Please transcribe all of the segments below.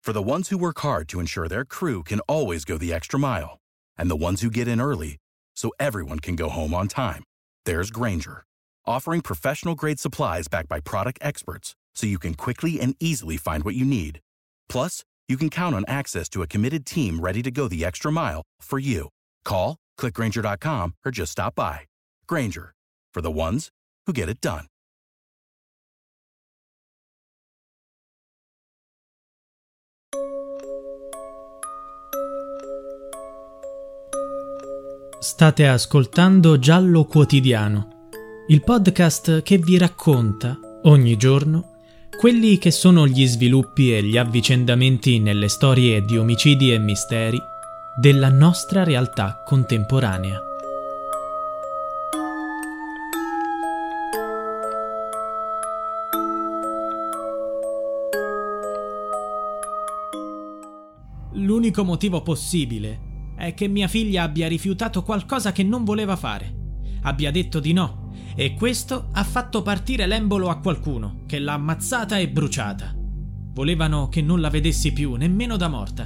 For the ones who work hard to ensure their crew can always go the extra mile, and the ones who get in early so everyone can go home on time, there's Grainger, offering professional-grade supplies backed by product experts so you can quickly and easily find what you need. Plus, you can count on access to a committed team ready to go the extra mile for you. Call, click Grainger.com, or just stop by. Grainger, for the ones who get it done. State ascoltando Giallo Quotidiano, il podcast che vi racconta, ogni giorno, quelli che sono gli sviluppi e gli avvicendamenti nelle storie di omicidi e misteri della nostra realtà contemporanea. L'unico motivo possibile è che mia figlia abbia rifiutato qualcosa che non voleva fare, abbia detto di no, e questo ha fatto partire l'embolo a qualcuno che l'ha ammazzata e bruciata. Volevano che non la vedessi più, nemmeno da morta.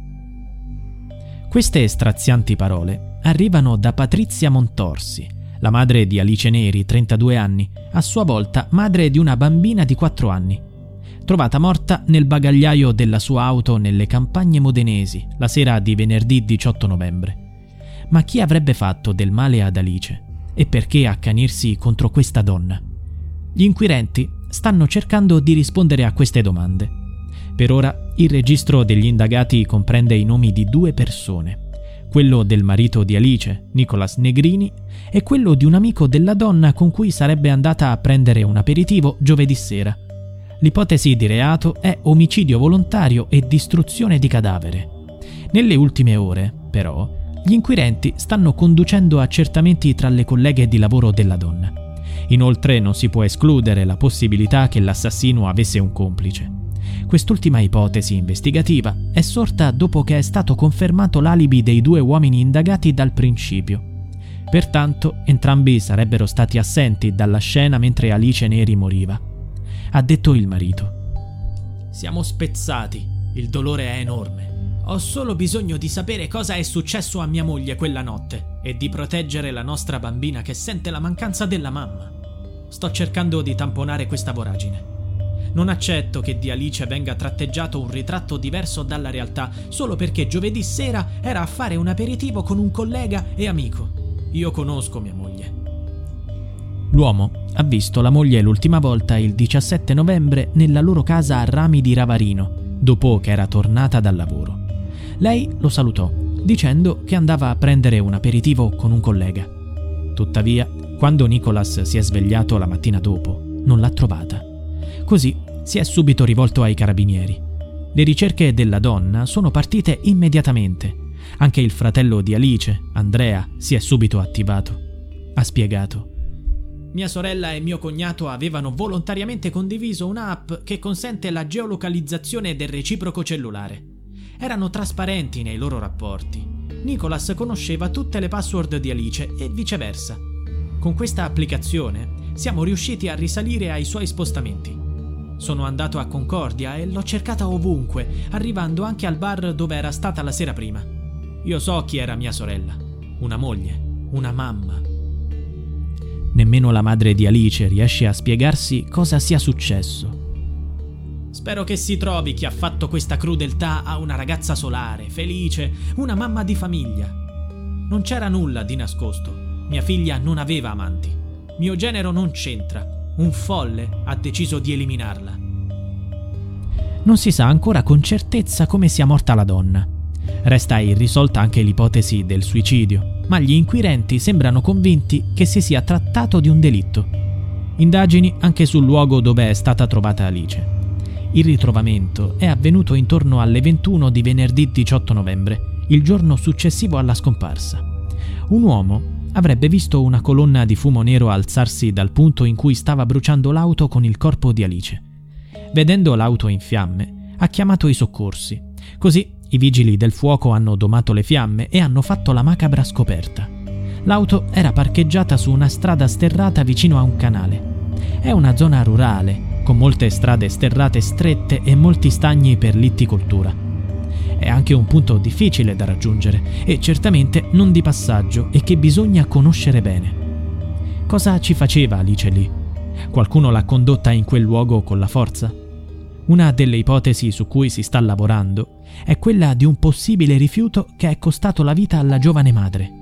Queste strazianti parole arrivano da Patrizia Montorsi, la madre di Alice Neri, 32 anni, a sua volta madre di una bambina di 4 anni. Trovata morta nel bagagliaio della sua auto nelle campagne modenesi la sera di venerdì 18 novembre. Ma chi avrebbe fatto del male ad Alice? E perché accanirsi contro questa donna? Gli inquirenti stanno cercando di rispondere a queste domande. Per ora il registro degli indagati comprende i nomi di 2 persone, quello del marito di Alice, Nicolas Negrini, e quello di un amico della donna con cui sarebbe andata a prendere un aperitivo giovedì sera. L'ipotesi di reato è omicidio volontario e distruzione di cadavere. Nelle ultime ore, però, gli inquirenti stanno conducendo accertamenti tra le colleghe di lavoro della donna. Inoltre non si può escludere la possibilità che l'assassino avesse un complice. Quest'ultima ipotesi investigativa è sorta dopo che è stato confermato l'alibi dei 2 uomini indagati dal principio. Pertanto, entrambi sarebbero stati assenti dalla scena mentre Alice Neri moriva. Ha detto il marito. Siamo spezzati, il dolore è enorme. Ho solo bisogno di sapere cosa è successo a mia moglie quella notte e di proteggere la nostra bambina che sente la mancanza della mamma. Sto cercando di tamponare questa voragine. Non accetto che di Alice venga tratteggiato un ritratto diverso dalla realtà solo perché giovedì sera era a fare un aperitivo con un collega e amico. Io conosco mia moglie. L'uomo ha visto la moglie l'ultima volta il 17 novembre nella loro casa a Rami di Ravarino, dopo che era tornata dal lavoro. Lei lo salutò, dicendo che andava a prendere un aperitivo con un collega. Tuttavia, quando Nicolas si è svegliato la mattina dopo, non l'ha trovata. Così si è subito rivolto ai carabinieri. Le ricerche della donna sono partite immediatamente. Anche il fratello di Alice, Andrea, si è subito attivato. Ha spiegato. Mia sorella e mio cognato avevano volontariamente condiviso un'app che consente la geolocalizzazione del reciproco cellulare. Erano trasparenti nei loro rapporti. Nicolas conosceva tutte le password di Alice e viceversa. Con questa applicazione siamo riusciti a risalire ai suoi spostamenti. Sono andato a Concordia e l'ho cercata ovunque, arrivando anche al bar dove era stata la sera prima. Io so chi era mia sorella. Una moglie, una mamma. Nemmeno la madre di Alice riesce a spiegarsi cosa sia successo. Spero che si trovi chi ha fatto questa crudeltà a una ragazza solare, felice, una mamma di famiglia. Non c'era nulla di nascosto. Mia figlia non aveva amanti. Mio genero non c'entra. Un folle ha deciso di eliminarla. Non si sa ancora con certezza come sia morta la donna. Resta irrisolta anche l'ipotesi del suicidio, ma gli inquirenti sembrano convinti che si sia trattato di un delitto. Indagini anche sul luogo dove è stata trovata Alice. Il ritrovamento è avvenuto intorno alle 21 di venerdì 18 novembre, il giorno successivo alla scomparsa. Un uomo avrebbe visto una colonna di fumo nero alzarsi dal punto in cui stava bruciando l'auto con il corpo di Alice. Vedendo l'auto in fiamme, ha chiamato i soccorsi. Così i vigili del fuoco hanno domato le fiamme e hanno fatto la macabra scoperta. L'auto era parcheggiata su una strada sterrata vicino a un canale. È una zona rurale con molte strade sterrate strette e molti stagni per l'itticoltura. È anche un punto difficile da raggiungere e certamente non di passaggio e che bisogna conoscere bene. Cosa ci faceva Alice lì? Qualcuno l'ha condotta in quel luogo con la forza? Una delle ipotesi su cui si sta lavorando è quella di un possibile rifiuto che è costato la vita alla giovane madre.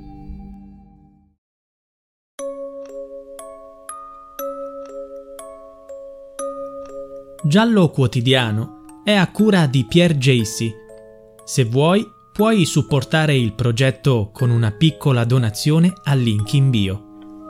Giallo Quotidiano è a cura di Pierre Jacy. Se vuoi, puoi supportare il progetto con una piccola donazione al link in bio.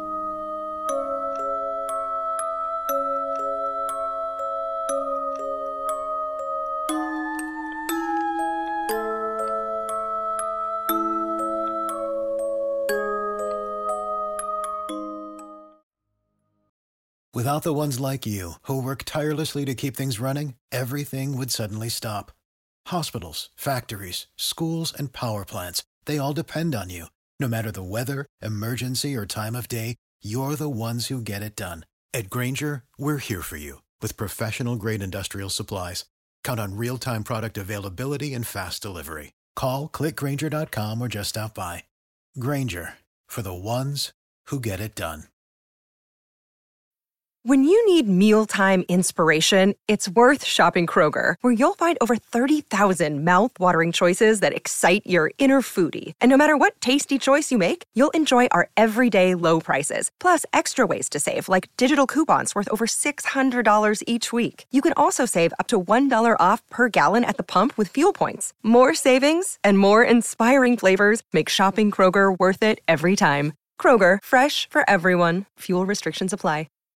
Without the ones like you, who work tirelessly to keep things running, everything would suddenly stop. Hospitals, factories, schools, and power plants, they all depend on you. No matter the weather, emergency, or time of day, you're the ones who get it done. At Grainger, we're here for you with professional-grade industrial supplies. Count on real-time product availability and fast delivery. Call, click Grainger.com, or just stop by. Grainger, for the ones who get it done. When you need mealtime inspiration, it's worth shopping Kroger, where you'll find over 30,000 mouth-watering choices that excite your inner foodie. And no matter what tasty choice you make, you'll enjoy our everyday low prices, plus extra ways to save, like digital coupons worth over $600 each week. You can also save up to $1 off per gallon at the pump with fuel points. More savings and more inspiring flavors make shopping Kroger worth it every time. Kroger, fresh for everyone. Fuel restrictions apply.